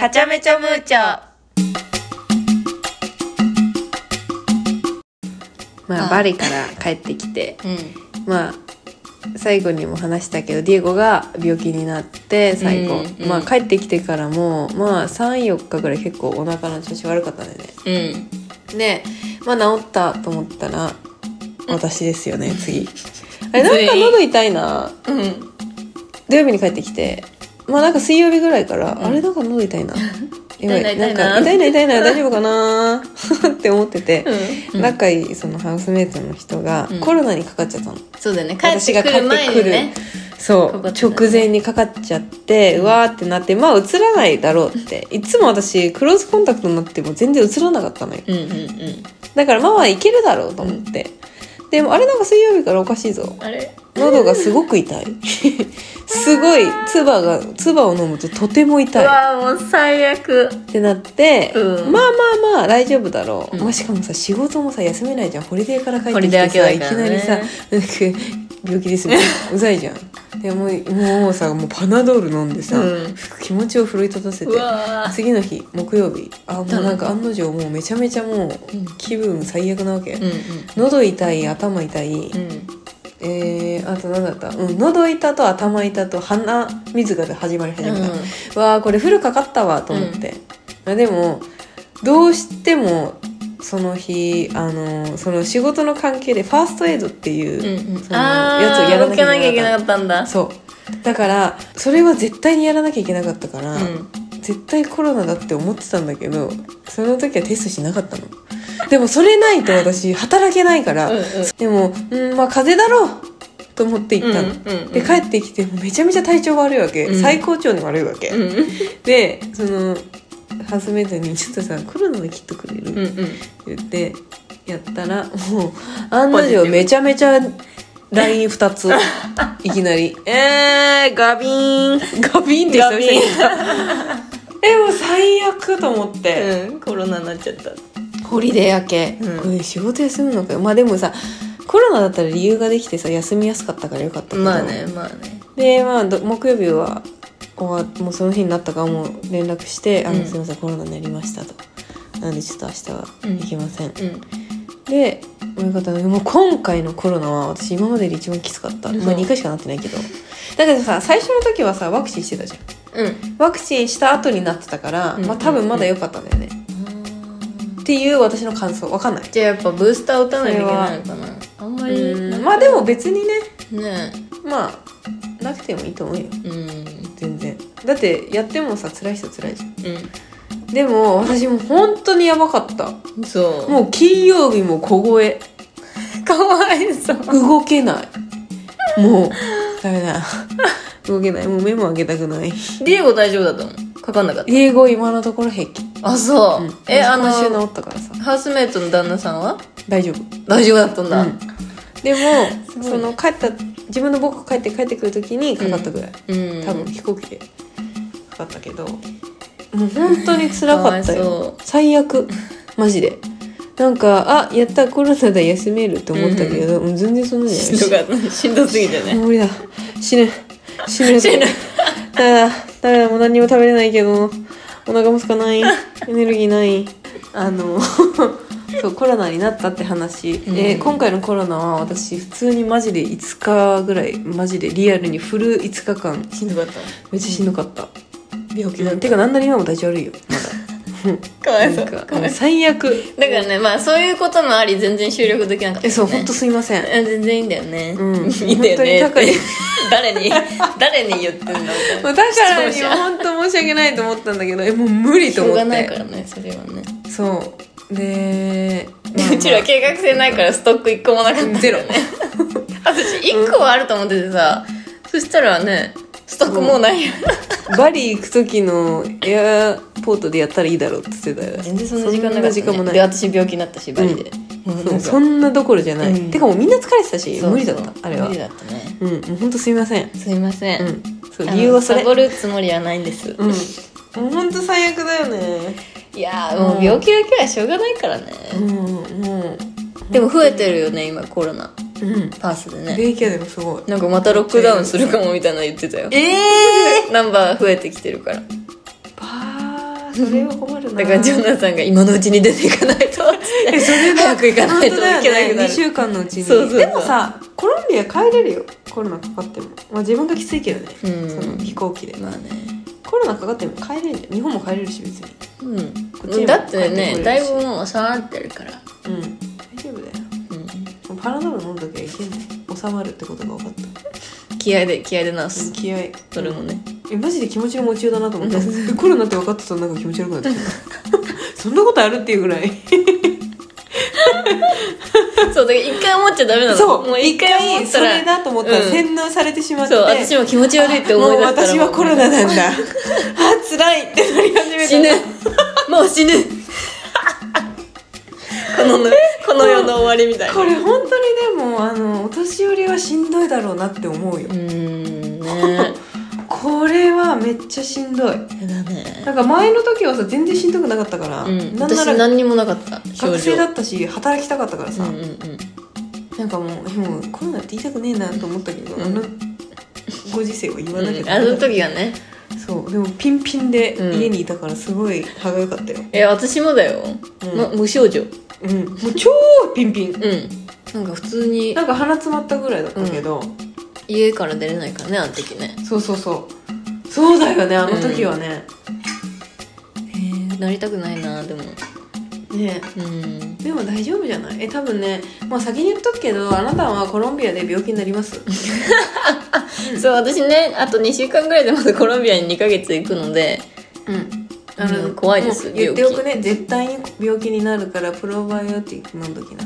はちゃめちゃムーチョ。バリから帰ってきて、最後にも話したけどディエゴが病気になって最後、帰ってきてからも3、4日ぐらい結構お腹の調子悪かったんだよね。で、治ったと思ったら私ですよね、次。なんか喉痛いな。土曜日に帰ってきて、なんか水曜日ぐらいから、なんか喉痛いな。痛いな大丈夫かなって思ってて、仲いいそのハウスメイトの人がコロナにかかっちゃったの。 そうだよね、帰ってくる前にね。 そう直前にかかっちゃって、うわーってなって、うつらないだろうっていつも私クローズコンタクトになっても全然うつらなかったのよ。だからいけるだろうと思って、でもなんか水曜日からおかしいぞ、喉がすごく痛いすごい唾を飲むととても痛い。 うわもう最悪ってなって、大丈夫だろう、しかもさ仕事もさ休めないじゃん。ホリデーから帰ってきてさ、いきなりさ病気ですねうざいじゃん。でもうさもうパナドール飲んでさ、気持ちを奮い立たせて、次の日木曜日もうなんか案の定もうめちゃめちゃもう気分最悪なわけ。喉痛い、頭痛い、あと何だった、喉痛と頭痛と鼻水が始まり始めた、わーこれフルかかったわと思って、でもどうしてもその日その仕事の関係でファーストエイドっていう、そのやつをやらなきゃいけなかったんだ。そうだからそれは絶対にやらなきゃいけなかったから、絶対コロナだって思ってたんだけど、その時はテストしなかったの。でもそれないと私働けないから、でも風邪だろうと思って行ったの、で帰ってきてめちゃめちゃ体調悪いわけ、最高潮に悪いわけ、でそのハウスメイトにちょっとさコロナのキットくれる、言ってやったらもう案の定めちゃめちゃ LINE2 ついきなりガビーンって久々に言ったもう最悪と思って、 コロナになっちゃった。 ホリデー明け、これ仕事休むのかよ。でもさコロナだったら理由ができてさ休みやすかったからよかったけど、で木曜日はもうその日になったからもう連絡して、すいませんコロナになりましたと、なんでちょっと明日は行けません、で親方もう今回のコロナは私今までで一番きつかった。2回しかなってないけど、だけどさ最初の時はさワクチンしてたじゃん、ワクチンした後になってたから、多分まだ良かったんだよね、っていう私の感想。わかんない。 じゃあやっぱブースター打たないといけないのかな。あんまりでも別にねなくてもいいと思うよ、全然。だってやってもさ辛い人辛いじゃん、でも私もう本当にやばかった。 そうもう金曜日も小声かわいそう、 動けない、もうダメだ動けない、もう目も開けたくない。 ディエゴ大丈夫だったの？かかんなかった？ ディエゴ今のところ平気。 あ、そう、 今週治ったからさ。 ハウスメイトの旦那さんは大丈夫だったんだ、 でもその自分の母国帰ってくる時にかかったぐらい、多分飛行機でかかったけど、もう本当に辛かったよ最悪マジで。なんかやったコロナで休めると思ったけど、全然そんなじゃないしんどすぎてね。 無理だ、死ぬダメだもう何にも食べれないけどお腹も空かない、エネルギーないそうコロナになったって話、今回のコロナは私普通にマジで5日ぐらいマジでリアルにフル5日間しんどかった。 めっちゃしんどかった。病気だてかなんなら今も体調悪いよまだかわいそうか最悪だからね、そういうこともあり全然収録できなかった、ね、 そう本当すいません、 全然いいんだよね、 いいんだよねって誰に言ってんのみたいな。 だからには本当申し訳ないと思ったんだけどもう無理と思って。 しょうがないからねそれはね。 そうで、 うちら計画性ないからストック1個もなかったんだよね私1個はあると思っててさ、そしたらねストックもうないよバリ行く時のエアポートでやったらいいだろうって言ってたよ。 全然そんな時間なかった、ね、 時間もない。 で私病気になったしバリで、 そんなどころじゃない、てかもうみんな疲れてたし無理だったあれは。 無理だったね。 もうほんとすいません、 そう理由はそれ。 サボるつもりはないんです。 もうほんと最悪だよね。 いやもう病気だけはしょうがないからね。もうでも増えてるよね今コロナ、パースでね。 デイケアでもすごいなんかまたロックダウンするかもみたいなの言ってたよ。ナンバー増えてきてるから。 それは困るな。 だからジョナサンが今のうちに出ていかないとそれ早く行かないといけなくな 2 る。 週間のうちに。 そうそうそうでもさコロンビア帰れるよ、コロナかかっても。まあ自分がきついけどね、その飛行機で。 まあね、 コロナかかっても帰れるじゃん。日本も帰れるし別に。こっちにもだって帰ってこれるしねだいぶもう収まってるから。 大丈夫だよ。もうパラドール飲んどきゃいけんね。収まるってことが分かった。 気合で直す。 気合。 それもね。 マジで気持ちの持ちようだなと思ったコロナって分かってたらなんか気持ち悪くなってきたそんなことあるっていうぐらいそうだから一回思っちゃダメなの。 そうもう一回思ったらそれだと思ったら洗脳されてしまって、 そう私も気持ち悪いって思い出したらもう私はコロナなんだ辛いってなり始めた。 死ぬもう死ぬこの世の終わりみたいな。 これ本当にでもお年寄りはしんどいだろうなって思うよ。 ねこれはめっちゃしんどい。 だね。 なんか前の時はさ全然しんどくなかったから、なんな私ら何にもなかった症状。 学生だったし働きたかったからさ、なんかもうコロナって言いたくねえなと思ったけど、ご時世は言わなきゃ、 あの時はね。 そうでもピンピンで家にいたからすごい歯が良かったよ。 私もだよ、無症状。 もう超ピンピン。 なんか普通になんか鼻詰まったぐらいだったけど、 家から出れないからねあの時ね。 そうだよねあの時はね。 なりたくないなでもね。でも大丈夫じゃない？多分ね、もう先に言っとくけどあなたはコロンビアで病気になりますそう私ねあと2週間ぐらいでまたコロンビアに2ヶ月行くので、怖いです。 言っておくね、絶対に病気になるからプロバイオティック飲んどきな。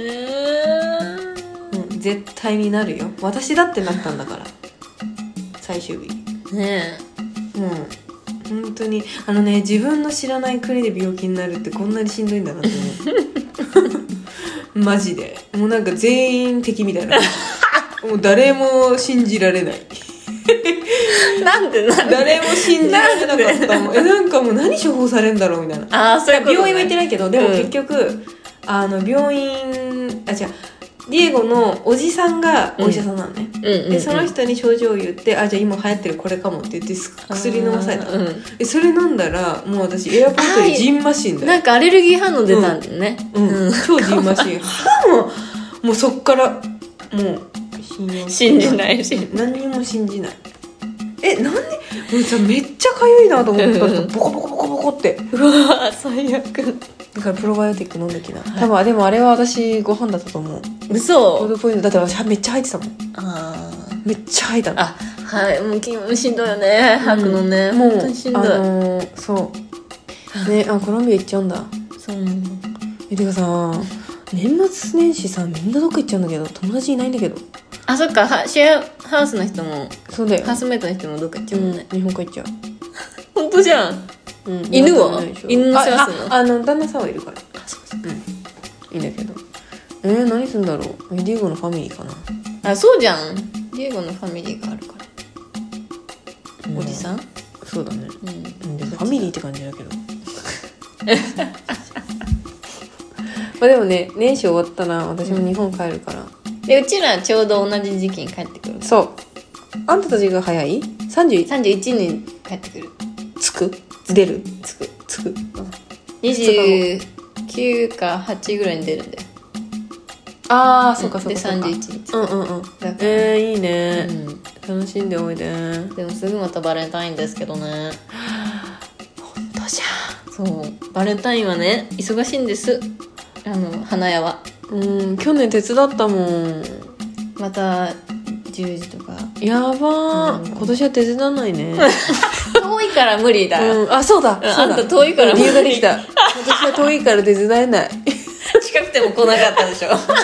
絶対になるよ。私だってなったんだから最終日ねえ。本当に自分の知らない国で病気になるってこんなにしんどいんだなって思うマジでもうなんか全員敵みたいなもう誰も信じられないなんで誰も信じられなかったもん。なんかもう何処方されるんだろうみたいな。 そういうことね。 病院は行ってないけどでも結局、病院違うディエゴのおじさんがお医者さんなのね、でその人に症状を言ってじゃあ今流行ってるこれかもって言って薬飲まされたの、それ飲んだらもう私エアポートでジンマシンだよ。 なんかアレルギー反応出たんだよね、 超ジンマシンもうそっからもう信じないし何にも信じない。なんでもうさめっちゃ痒いなと思ってボコボコボコボコってうわ最悪だからプロバイオティック飲んできな、多分でもあれは私ご飯だったと思う。 嘘コードポイントだって私めっちゃ吐いてたもん。めっちゃ吐いたの。 はいもうしんどいよね吐くのね、 もう本当にしんどい。 そうねコロンビア行っちゃうんだ。そうてかさ年末年始さみんなどっか行っちゃうんだけど友達いないんだけど。 そっかシェアハウスの人もそうだよハウスメイトの人もどっか行っちゃうもんね、 日本帰っちゃう。 本当じゃん、犬は犬の世話するの？ 旦那さんはいるから。いいんだけど何するんだろう。ディエゴのファミリーかな。 そうじゃんディエゴのファミリーがあるから、おじさんそうだね、でもファミリーって感じだけどまあでもね年始終わったら私も日本帰るから、 でうちらちょうど同じ時期に帰ってくる。 そうあんたたちが早い 31に帰ってくる。 出るつく29か8ぐらいに出るんだよ。 そうかそうかで31日だからいいね、楽しんでおいで。 でもすぐまたバレンタインですけどね。 ほんとじゃん。 そうバレンタインはね忙しいんです。花屋は去年手伝ったもん。 また10時とかやばー、今年は手伝わないね遠いから無理だ、 そうだ、 あんた遠いから無理。 理由ができた私は遠いから手伝えない近くても来なかったでしょめっちゃ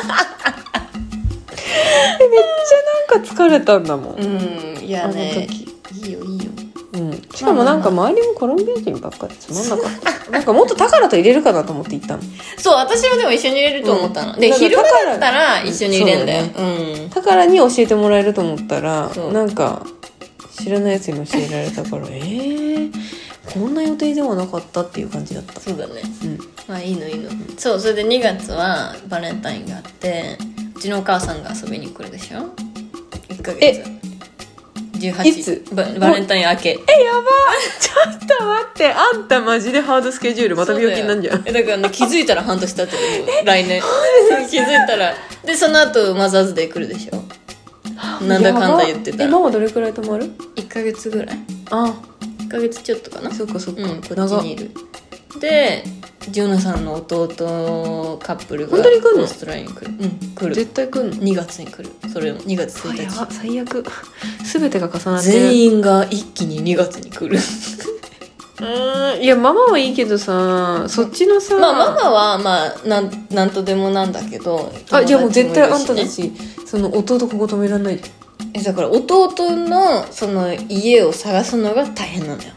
なんか疲れたんだもん。 いやねいいよしかもなんか周りもコロンビア人ばっかりつまんなかったなんかもっと宝と入れるかなと思って行ったの。 そう私はでも一緒に入れると思ったの、で昼間だったら一緒に入れんだよ。 宝に教えてもらえると思ったらなんか知らないやつに教えられたからこんな予定ではなかったっていう感じだった。 そうだね、まあいいの、そうそれで2月はバレンタインがあってうちのお母さんが遊びに来るでしょ1ヶ月。 18 いつバレンタイン明け。 やばちょっと待って、あんたマジでハードスケジュールまた病気になんじゃん。 だからね、気づいたら半年経ってる来年気づいたらでその後マザーズデー来るでしょ。なんだかんだ言ってたらママどれくらい泊まる 1ヶ月ぐらい、 あ 1ヶ月ちょっとかな。 そっかそっか、 こっちにいる。でジョナさんの弟カップルが本当に来んのオーストラリアに来る。来る。 絶対来んの。 2月に来る。それも2月1日。 やば最悪、全てが重なってる。 全員が一気に2月に来るいやママはいいけどさ、そっちのさ、 まあママはまあなんとでもなんだけど、 じゃあもう絶対あんた友たちその弟ここ止めらんないじゃん。 だから弟のその家を探すのが大変なのよ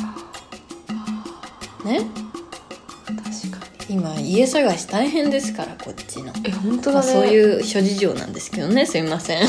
ね。 確か今家探し大変ですからこっちの。 に。本当だね。 そういう諸事情なんですけどね、すいません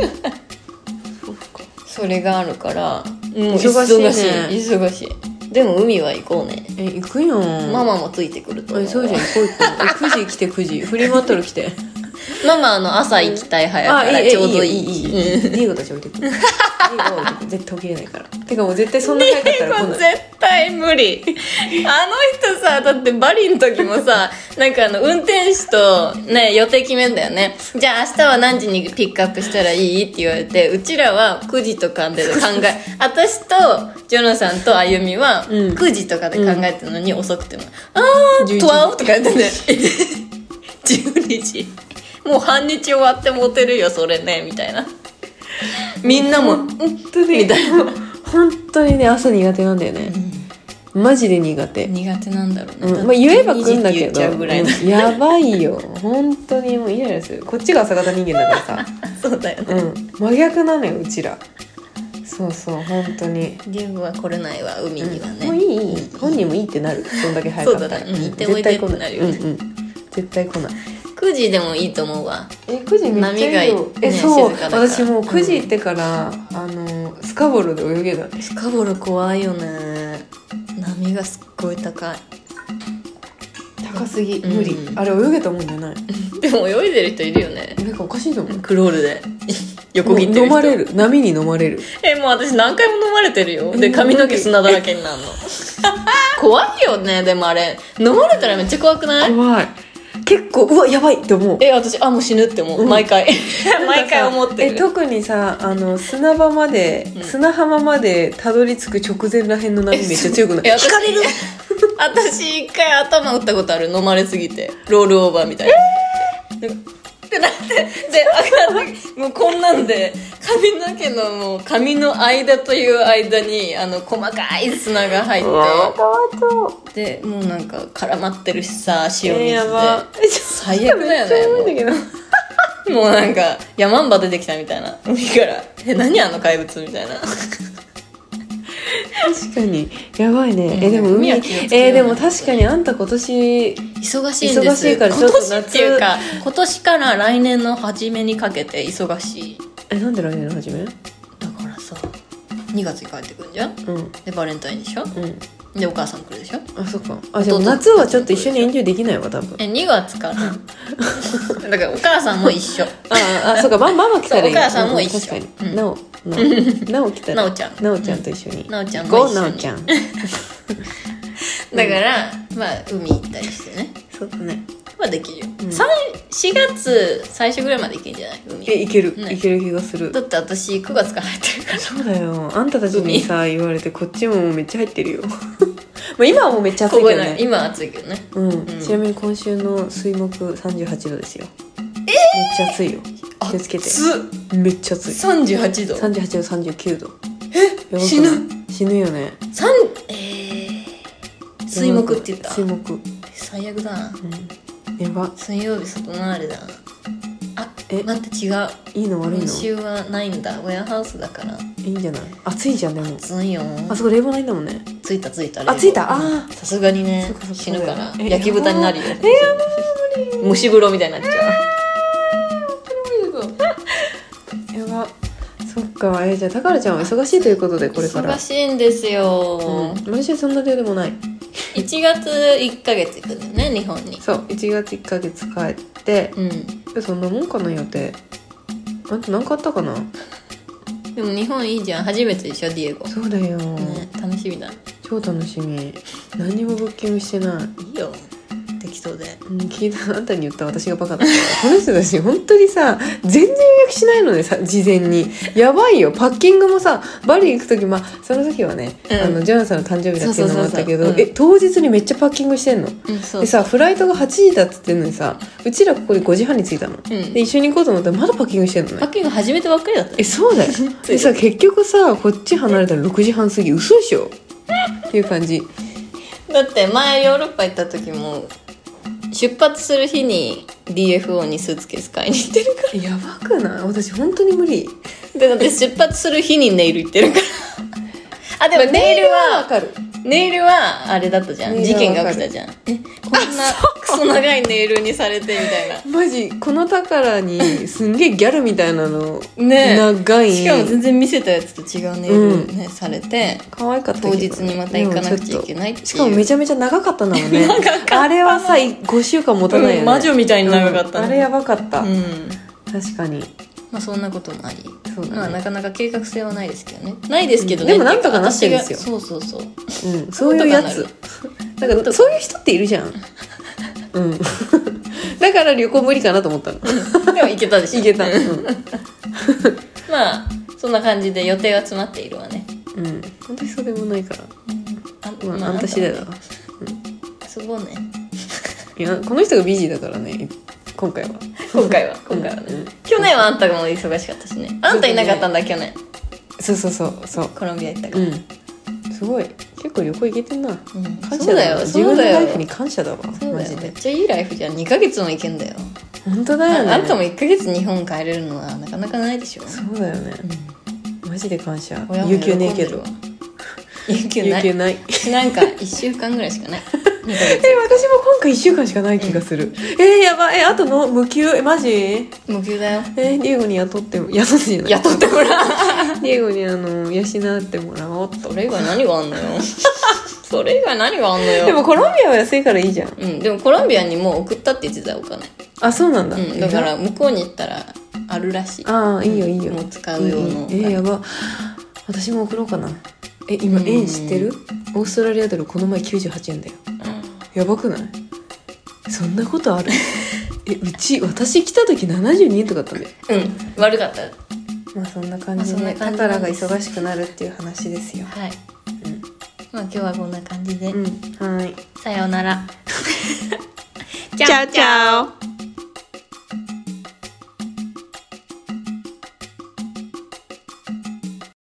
それがあるからもう忙しいね忙しい。でも海は行こうね。 行くよ。 ママもついてくると思う。 そうじゃん、行こう行こう。9時来て9時フリーマントル来てママ朝行きたい早からちょうどいい。 ディーゴたち置いてくる。ディーゴは置いてくる。絶対起きれないから。てかもう絶対そんな早かったら来ない。 絶対無理あの人さ、だってバリの時もさ、なんか運転手とね予定決めんだよね。じゃあ明日は何時にピックアップしたらいいって言われて、うちらは9時とかで考え私とジョナさんとあゆみは9時とかで考えてるのに遅くても、12とか言ってね12時もう半日終わってモテるよそれねみたいな。みんなも本当にみたいな本当にね、朝苦手なんだよね、マジで苦手。 苦手なんだろうね、 まあ、言えば来んだけ 12時って言っちゃうど、 ぐらいだやばいよ本当に。もうイライラする。こっちが朝方人間だからさそうだよね、 真逆なのようちら。そうそう本当に。 ゲームは来れないわ海にはね、 もういい本人もいいってなる。そんだけ早かったら。 そうだね行っておいでってなるよね絶対来ない。 9時でもいいと思うわ。 9時めっちゃいいよ。 波がねそう、 静かだから私もう9時行ってから、スカボロで泳げた。 スカボロ怖いよね。波がすっごい高い。 高すぎ、無理。あれ泳げたもんじゃない。 でも泳いでる人いるよね。 なんかおかしいと思う。 クロールで横切ってる人。 飲まれる。波に飲まれる。 もう私何回も飲まれてるよ。で髪の毛砂だらけになるの怖いよね。でもあれ飲まれたらめっちゃ怖くない？ 怖い。結構うわやばいって思う。 私もう死ぬって思う、毎回毎回思ってる。 特にさ砂場まで、砂浜までたどり着く直前らへんの波めっちゃ強くない？ 引かれる私一回頭打ったことある。飲まれすぎてロールオーバーみたいな、ってなってであかんもうこんなんで髪の毛のもう髪の間という間に細かい砂が入ってでもうなんか絡まってるしさ塩水で、最悪だよね。もうなんかヤマンバ出てきたみたいな海から何あの怪物みたいな確かにやばいね。でも海は気をつけようね。 でも確かにあんた今年忙しいんです。 忙しいからちょっと夏今年っていうか今年から来年の初めにかけて忙しい。 なんで来年の初め？ だからさ2月に帰ってくるんじゃん、 うんでバレンタインでしょ、でお母さん来るでしょ。 あ、そっか。じゃあ夏はちょっと一緒にエンジョイできないわ多分。 2月からだからお母さんも一緒そうか、ママ来たらいい。 お母さんも一緒。 確かに。なお来たら。 なおちゃんと一緒に。 なおちゃんもゴー一緒になおちゃん。 だからまあ海行ったりしてね、 そうだね。 はできるよ、4月最初ぐらいまで行けんじゃない海。 いける、 ねいける気がする。 だって私9月から入ってるから。 そうだよ。あんたたちにさ言われてこっちもめっちゃ入ってるよ。まあ今はもうめっちゃ暑いけどね。 今は暑いけどね。 ちなみに今週の水木38度ですよ。めっちゃ暑いよ。気をつけて。めっちゃ暑い。 38度。 38度39度。 死ぬ。 死ぬよね。 水木って言った。 水木。 最悪だな。 やば。 水曜日外回りだな。待って違う。 いいの悪いの？ 今週はないんだ。ウェアハウスだから。 いいんじゃない？暑いじゃんでも。 暑いよ。 あそこ冷房ないんだもんね。 ついた。 ついた。 さすがにねそうか死ぬからえ焼き豚になるよ。 やばい。 蒸し風呂みたいになっちゃう。 やば。そっか。じゃあたからちゃんは忙しいということでこれから。 忙しいんですよ。 私はそんな量でもない。 1月1ヶ月行くんだよね日本に。 そう1月1ヶ月帰って。そんなもんかな予定。あんた何かあったかな？ でも日本いいじゃん。初めてでしょディエゴ。 そうだよ、 ね、楽しみだ。 超楽しみ。何にもブッキングしてない。 いいよ適当で。 聞いたあんたに言った私がバカだったこの人たち本当にさ全然予約しないのでさ、事前にやばいよ。パッキングもさ、バリ行く時その時はね、ジョナサンの誕生日だっていうのもあったけど、当日にめっちゃパッキングしてんの、でさ、フライトが8時だっつってんのにさ、うちらここで5時半に着いたの、で一緒に行こうと思ったらまだパッキングしてんのね。 パッキング始めてばっかりだった。 そうだよでさ、結局さこっち離れたら6時半過ぎ。嘘でしょっていう感じ。 だって前ヨーロッパ行った時も出発する日に DFO にスーツケース買いに行ってるから。 やばくない？私本当に無理だって出発する日にネイル行ってるからあ、でもネイルはわかる。 ネイルはあれだったじゃん。事件が起きたじゃん。こんなクソ長いネイルにされてみたいな。 マジこの宝にすんげえギャルみたいなのね、 長い。 しかも全然見せたやつと違うネイルね、されて可愛かったけど、 当日にまた行かなくちゃいけないっていう。 しかもめちゃめちゃ長かったんだもんねあれはさ5週間持たないよね、 魔女みたいに長かった、 あれやばかった、 うん、 確かに。 まあそんなこともあり、 そうだね、 まあなかなか計画性はないですけどね。ないですけどね、 でもなんとかなってるんですよ。 そうそうそう、 そういうやつなんかそういう人っているじゃんだから旅行無理かなと思ったのでも行けたでしょ。 行けた、 まあそんな感じで予定は詰まっているわね。 本当にそうでもないから、あんた次第だわ。 すごいね。 いやこの人がビジーだからね今回はね、 去年はあんたがもう忙しかったしね。あんたいなかったんだ去年。 そうコロンビア行ったから、 すごい結構旅行行けてんな、感謝そうだよ。 自分のライフに感謝だわ。マジでめっちゃいいライフじゃん。2ヶ月も行けんだよ。 本当だよね。 あんたも1ヶ月日本帰れるのはなかなかないでしょ。 そうだよね、マジで感謝。 親も有給ねえけど。 有給ない。なんか1週間ぐらいしかない私も今回1週間しかない気がする、やばい。あとの無給マジ無給だよ。 ディエゴに雇ってもらうディエゴに養ってもらおうと。 それ以外何があんのよそれ以外何があんのよ。 でもコロンビアは安いからいいじゃん。 でもコロンビアにもう送ったって言ってたお金。 あ、そうなんだ、 だから向こうに行ったらあるらしい。 ああ、いいよいいよ、 もう使う用の。 やば。私も送ろうかな。今円知ってる？オーストラリアドルこの前98円だよ。やばくない？そんなことある？私来た時72円とかだったんだよ。 悪かった。 まあそんな感じでタタラが忙しくなるっていう話ですよ。 はい。まあ今日はこんな感じで。 はい。 さようなら。 チャオチャオ。